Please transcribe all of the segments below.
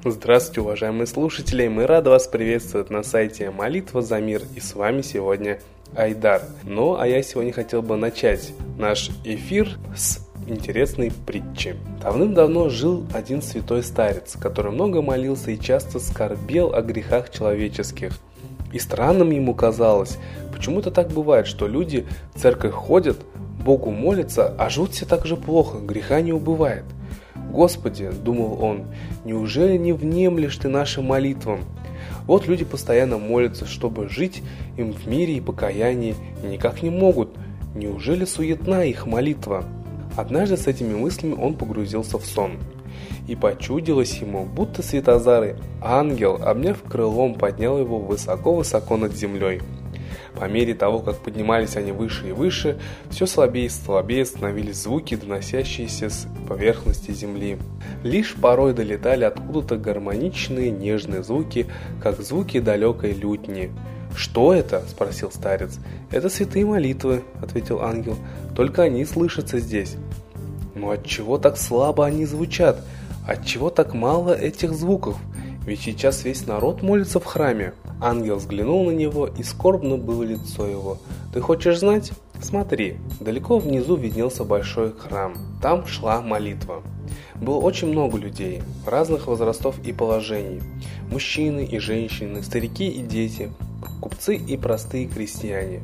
Здравствуйте, уважаемые слушатели! Мы рады вас приветствовать на сайте Молитва за мир, и с вами сегодня Айдар. А я сегодня хотел бы начать наш эфир с интересной притчи. Давным-давно жил один святой старец, который много молился и часто скорбел о грехах человеческих. И странным ему казалось, почему-то так бывает, что люди в церковь ходят, Богу молятся, а живут все так же плохо, греха не убывает. «Господи, — думал он, — неужели не внемлешь ты нашим молитвам? Вот люди постоянно молятся, чтобы жить им в мире и покаянии, и никак не могут. Неужели суетна их молитва?» Однажды с этими мыслями он погрузился в сон. И почудилось ему, будто светозарый ангел, обняв крылом, поднял его высоко-высоко над землей. По мере того, как поднимались они выше и выше, все слабее и слабее становились звуки, доносящиеся с поверхности земли. Лишь порой долетали откуда-то гармоничные нежные звуки, как звуки далекой лютни. «Что это?» – спросил старец. «Это святые молитвы», – ответил ангел. «Только они слышатся здесь». «Но отчего так слабо они звучат? Отчего так мало этих звуков? Ведь сейчас весь народ молится в храме». Ангел взглянул на него, и скорбно было лицо его. «Ты хочешь знать? Смотри». Далеко внизу виднелся большой храм. Там шла молитва. Было очень много людей, разных возрастов и положений. Мужчины и женщины, старики и дети, купцы и простые крестьяне.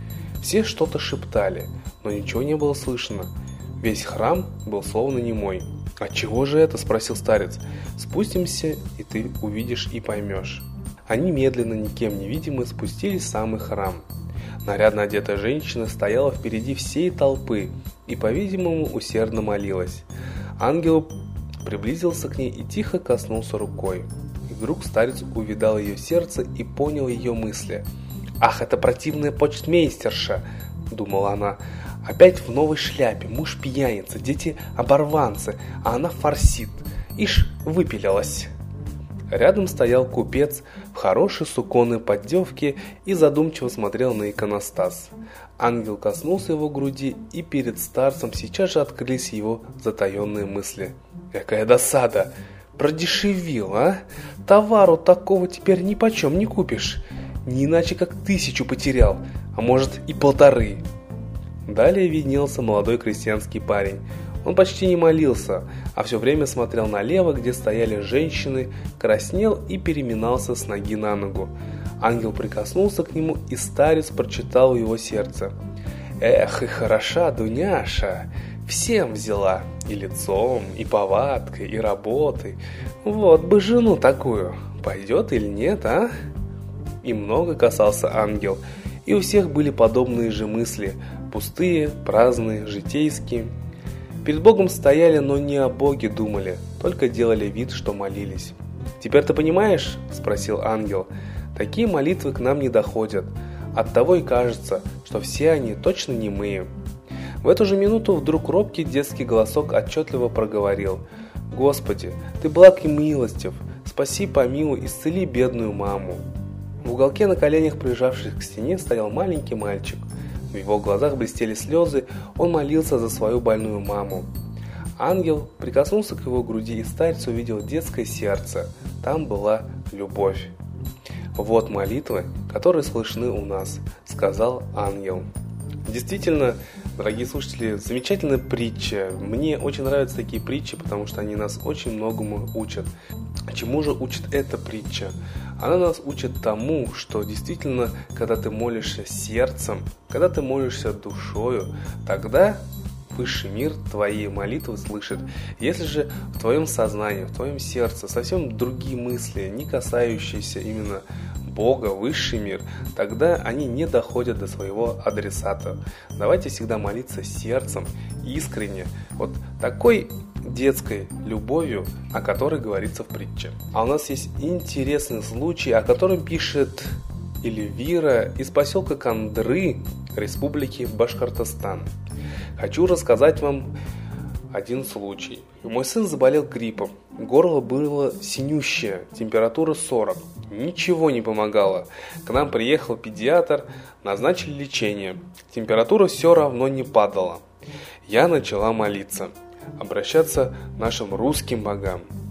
Все что-то шептали, но ничего не было слышно. Весь храм был словно немой. «Отчего же это?» – спросил старец. «Спустимся, и ты увидишь и поймешь». Они медленно, никем не видимы, спустились в самый храм. Нарядно одетая женщина стояла впереди всей толпы и, по-видимому, усердно молилась. Ангел приблизился к ней и тихо коснулся рукой. И вдруг старец увидал ее сердце и понял ее мысли. «Ах, это противная почтмейстерша!» – думала она. «Опять в новой шляпе, муж пьяница, дети оборванцы, а она форсит. Ишь, выпилилась!» Рядом стоял купец в хорошей суконной поддевке и задумчиво смотрел на иконостас. Ангел коснулся его груди, и перед старцем сейчас же открылись его затаенные мысли. «Какая досада! Продешевил, а? Товару такого теперь ни почем не купишь. Не иначе как 1000 потерял, а может и 1,5». Далее виднелся молодой крестьянский парень. Он почти не молился, а все время смотрел налево, где стояли женщины, краснел и переминался с ноги на ногу. Ангел прикоснулся к нему, и старец прочитал в его сердце. «Эх, и хороша Дуняша! Всем взяла, и лицом, и повадкой, и работой. Вот бы жену такую, пойдет или нет, а?» И много касался ангел, и у всех были подобные же мысли, пустые, праздные, житейские. Перед Богом стояли, но не о Боге думали, только делали вид, что молились. «Теперь ты понимаешь?» – спросил ангел. «Такие молитвы к нам не доходят. Оттого и кажется, что все они точно немые». В эту же минуту вдруг робкий детский голосок отчетливо проговорил: «Господи, ты благ и милостив, спаси, помилуй, исцели бедную маму». В уголке на коленях, прижавшись к стене, стоял маленький мальчик. В его глазах блестели слезы, он молился за свою больную маму. Ангел прикоснулся к его груди, и старец увидел детское сердце. Там была любовь. «Вот молитвы, которые слышны у нас», — сказал ангел. Действительно, дорогие слушатели, замечательная притча. Мне очень нравятся такие притчи, потому что они нас очень многому учат. Чему же учит эта притча? Она нас учит тому, что действительно, когда ты молишься сердцем, когда ты молишься душою, тогда высший мир твои молитвы слышит. Если же в твоем сознании, в твоем сердце совсем другие мысли, не касающиеся именно Бога, высший мир, тогда они не доходят до своего адресата. Давайте всегда молиться сердцем, искренне, вот такой детской любовью, о которой говорится в притче. А у нас есть интересный случай, о котором пишет Эльвира из поселка Кандры, Республики Башкортостан. Хочу рассказать вам один случай. Мой сын заболел гриппом. Горло было синющее, температура 40. Ничего не помогало. К нам приехал педиатр, назначили лечение. Температура все равно не падала. Я начала молиться, обращаться к нашим русским богам.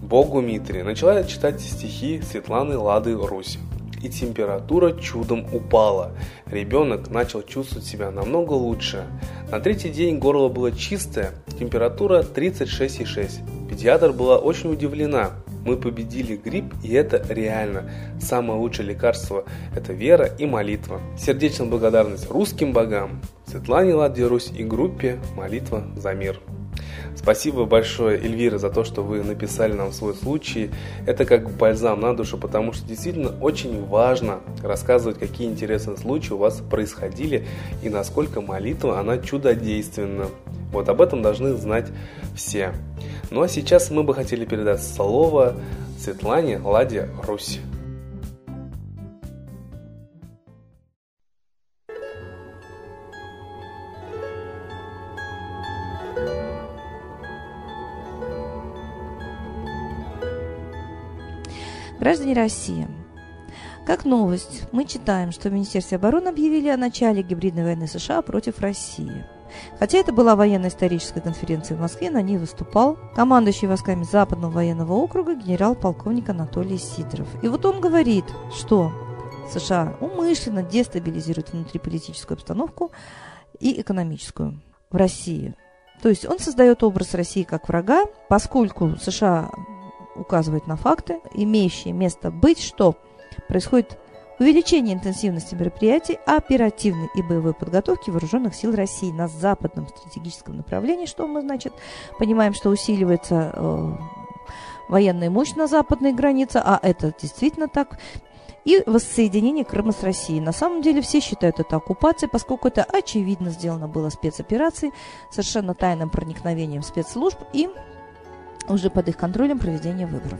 Богу Митре начала читать стихи Светланы Лады Русь. И температура чудом упала. Ребенок начал чувствовать себя намного лучше. На третий день горло было чистое, температура 36,6. Педиатр была очень удивлена. Мы победили грипп, и это реально. Самое лучшее лекарство – это вера и молитва. Сердечная благодарность русским богам, Светлане Ладе Русь и группе «Молитва за мир». Спасибо большое, Эльвира, за то, что вы написали нам свой случай. Это как бальзам на душу, потому что действительно очень важно рассказывать, какие интересные случаи у вас происходили и насколько молитва, она чудодейственна. Вот об этом должны знать все. Ну а сейчас мы бы хотели передать слово Светлане Ладе Русь. Граждане России, как новость, мы читаем, что в Министерстве обороны объявили о начале гибридной войны США против России. Хотя это была военно-историческая конференция в Москве, на ней выступал командующий войсками Западного военного округа генерал-полковник Анатолий Сидоров. И вот он говорит, что США умышленно дестабилизируют внутриполитическую обстановку и экономическую в России. То есть он создает образ России как врага, поскольку США указывает на факты, имеющие место быть, что происходит увеличение интенсивности мероприятий оперативной и боевой подготовки вооруженных сил России на западном стратегическом направлении, что мы, значит, понимаем, что усиливается военная мощь на западной границе, а это действительно так, и воссоединение Крыма с Россией. На самом деле все считают это оккупацией, поскольку это очевидно сделано было спецоперацией, совершенно тайным проникновением спецслужб и уже под их контролем проведения выборов.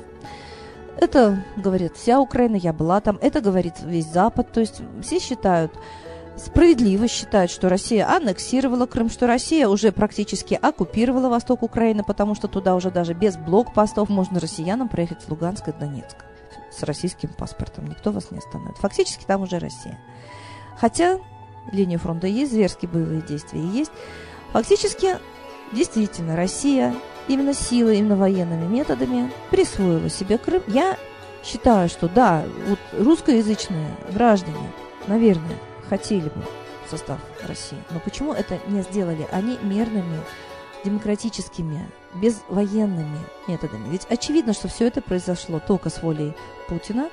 Это говорит вся Украина, я была там, это говорит весь Запад, то есть все считают, справедливо считают, что Россия аннексировала Крым, что Россия уже практически оккупировала восток Украины, потому что туда уже даже без блокпостов можно россиянам проехать в Луганск и Донецк с российским паспортом, никто вас не остановит. Фактически там уже Россия. Хотя линия фронта есть, зверские боевые действия есть, фактически действительно Россия именно силой, именно военными методами присвоила себе Крым. Я считаю, что да, вот русскоязычные граждане, наверное, хотели бы в состав России. Но почему это не сделали они мирными, демократическими, безвоенными методами? Ведь очевидно, что все это произошло только с волей Путина,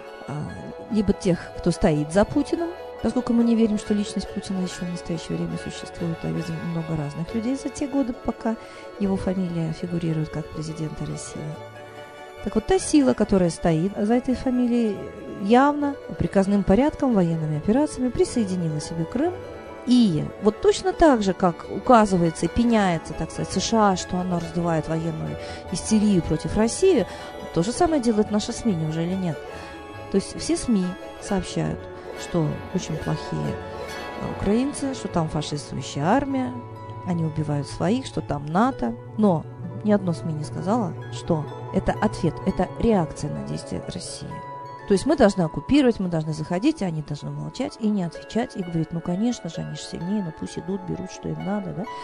либо тех, кто стоит за Путиным, поскольку мы не верим, что личность Путина еще в настоящее время существует, а видим много разных людей за те годы, пока его фамилия фигурирует как президента России. Так вот, та сила, которая стоит за этой фамилией, явно приказным порядком, военными операциями присоединила себе Крым. И вот точно так же, как указывается и пеняется, так сказать, США, что она раздувает военную истерию против России, то же самое делают наши СМИ, неужели нет? То есть все СМИ сообщают, что очень плохие украинцы, что там фашистующая армия, они убивают своих, что там НАТО. Но ни одно СМИ не сказало, что это ответ, это реакция на действия России. То есть мы должны оккупировать, мы должны заходить, а они должны молчать и не отвечать, и говорить, ну, конечно же, они же сильнее, ну, пусть идут, берут, что им надо, да.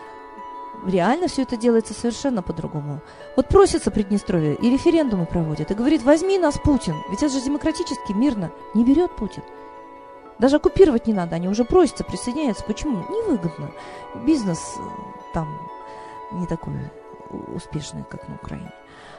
Реально все это делается совершенно по-другому. Вот просится Приднестровье, и референдумы проводят, и говорит, возьми нас, Путин, ведь это же демократически, мирно. Не берет Путин. Даже оккупировать не надо, они уже просятся, присоединяются. Почему? Невыгодно. Бизнес там не такой успешный, как на Украине.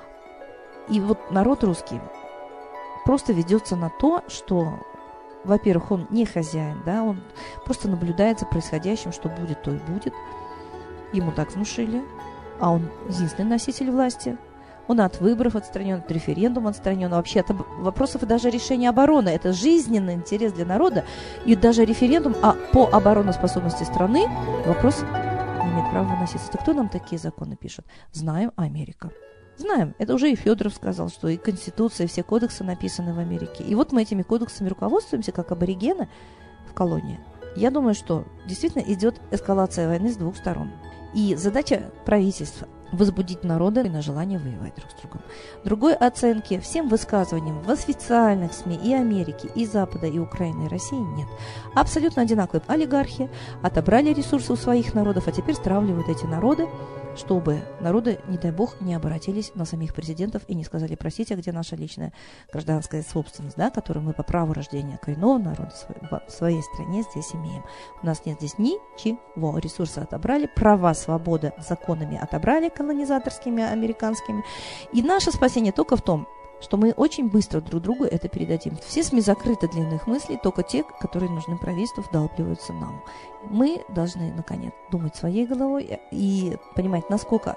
И вот народ русский просто ведется на то, что, во-первых, он не хозяин, да, он просто наблюдает за происходящим, что будет, то и будет. Ему так внушили, а он единственный носитель власти. Он от выборов отстранен, от референдума отстранен, вообще от вопросов и даже решения обороны. Это жизненный интерес для народа. И даже референдум по обороноспособности страны вопрос не имеет права выноситься. Так кто нам такие законы пишет? Знаем, Америка. Знаем. Это уже и Федоров сказал, что и Конституция, и все кодексы написаны в Америке. И вот мы этими кодексами руководствуемся, как аборигены в колонии. Я думаю, что действительно идет эскалация войны с двух сторон. И задача правительства возбудить народы на желание воевать друг с другом. Другой оценки всем высказываниям в официальных СМИ и Америки, и Запада, и Украины, и России нет. Абсолютно одинаковые олигархи отобрали ресурсы у своих народов, а теперь стравливают эти народы, чтобы народы, не дай бог, не обратились на самих президентов и не сказали: простите, а где наша личная гражданская собственность, да, которую мы по праву рождения коренного народа в своей стране здесь имеем. У нас нет здесь ничего. Ресурсы отобрали, права, свобода законами отобрали, колонизаторскими, американскими. И наше спасение только в том, что мы очень быстро друг другу это передадим. Все СМИ закрыты для иных мыслей, только те, которые нужны правительству, вдалбливаются нам. Мы должны, наконец, думать своей головой и понимать, насколько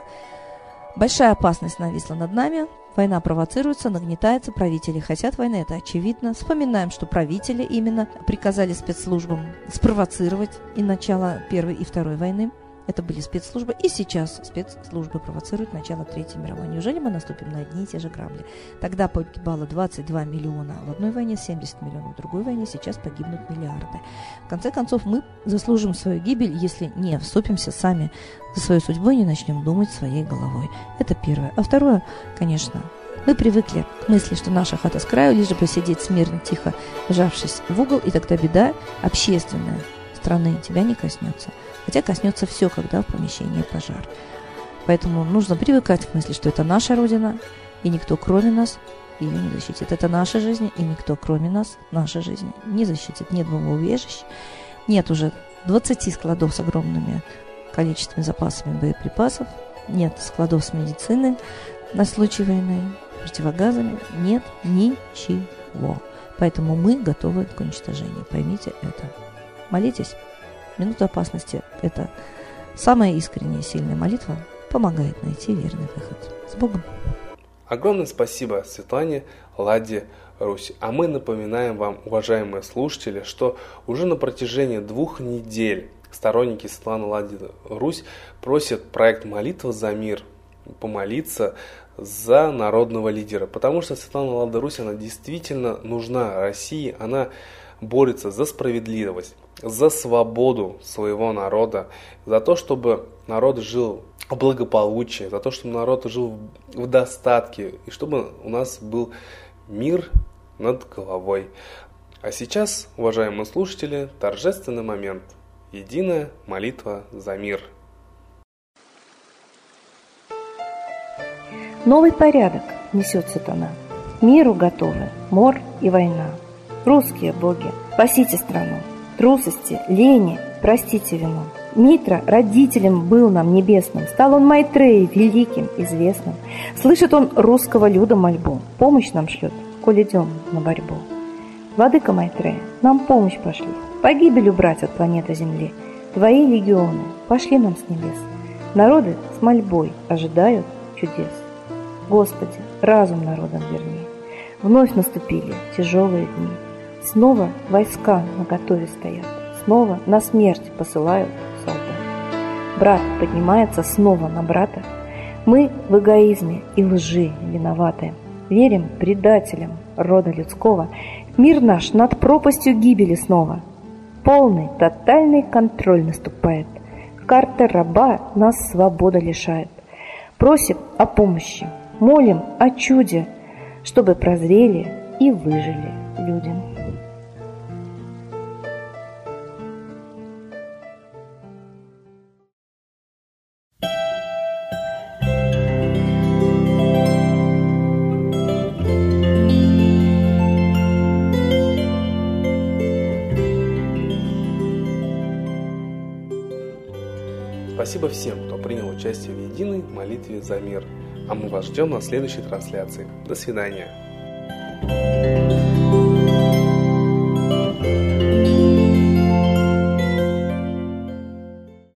большая опасность нависла над нами. Война провоцируется, нагнетается, правители хотят войны, это очевидно. Вспоминаем, что правители именно приказали спецслужбам спровоцировать и начало Первой и Второй войны. Это были спецслужбы, и сейчас спецслужбы провоцируют начало Третьей мировой. Неужели мы наступим на одни и те же грабли? Тогда погибало 22 миллиона в одной войне, 70 миллионов в другой войне, сейчас погибнут миллиарды. В конце концов, мы заслужим свою гибель, если не вступимся сами за свою судьбу и не начнем думать своей головой. Это первое. А второе, конечно, мы привыкли к мысли, что наша хата с краю, лишь бы сидеть смирно, тихо, сжавшись в угол, и тогда беда общественная страны тебя не коснется. Хотя коснется все, когда в помещении пожар. Поэтому нужно привыкать к мысли, что это наша Родина, и никто кроме нас ее не защитит. Это наша жизнь, и никто кроме нас нашей жизни не защитит. Нет бомбоубежищ, нет уже 20 складов с огромными количествами запасами боеприпасов, нет складов с медициной на случай войны, противогазами, нет ничего. Поэтому мы готовы к уничтожению. Поймите это. Молитесь. Минута опасности – это самая искренняя и сильная молитва, помогает найти верный выход. С Богом! Огромное спасибо Светлане Ладе Русь. А мы напоминаем вам, уважаемые слушатели, что уже на протяжении 2 недель сторонники Светланы Ладе Русь просят проект «Молитва за мир» помолиться за народного лидера. Потому что Светлана Лада Русь, она действительно нужна России, она борется за справедливость, за свободу своего народа, за то, чтобы народ жил в благополучии, за то, чтобы народ жил в достатке, и чтобы у нас был мир над головой. А сейчас, уважаемые слушатели, торжественный момент. Единая молитва за мир. Новый порядок несет сатана. Миру готовы мор и война. Русские боги, спасите страну. Трусости, лени, простите вину. Митра родителем был нам небесным, стал он Майтреей великим, известным. Слышит он русского люда мольбу, помощь нам шлет, коль идем на борьбу. Владыка Майтрея, нам помощь пошли, погибель убрать от планеты Земли. Твои легионы пошли нам с небес, народы с мольбой ожидают чудес. Господи, разум народам верни. Вновь наступили тяжелые дни. Снова войска наготове стоят, снова на смерть посылают солдат. Брат поднимается снова на брата. Мы в эгоизме и лжи виноваты. Верим предателям рода людского. Мир наш над пропастью гибели снова. Полный, тотальный контроль наступает. Карта раба нас свобода лишает. Просим о помощи, молим о чуде, чтобы прозрели и выжили люди. Спасибо всем, кто принял участие в единой молитве за мир. А мы вас ждем на следующей трансляции. До свидания.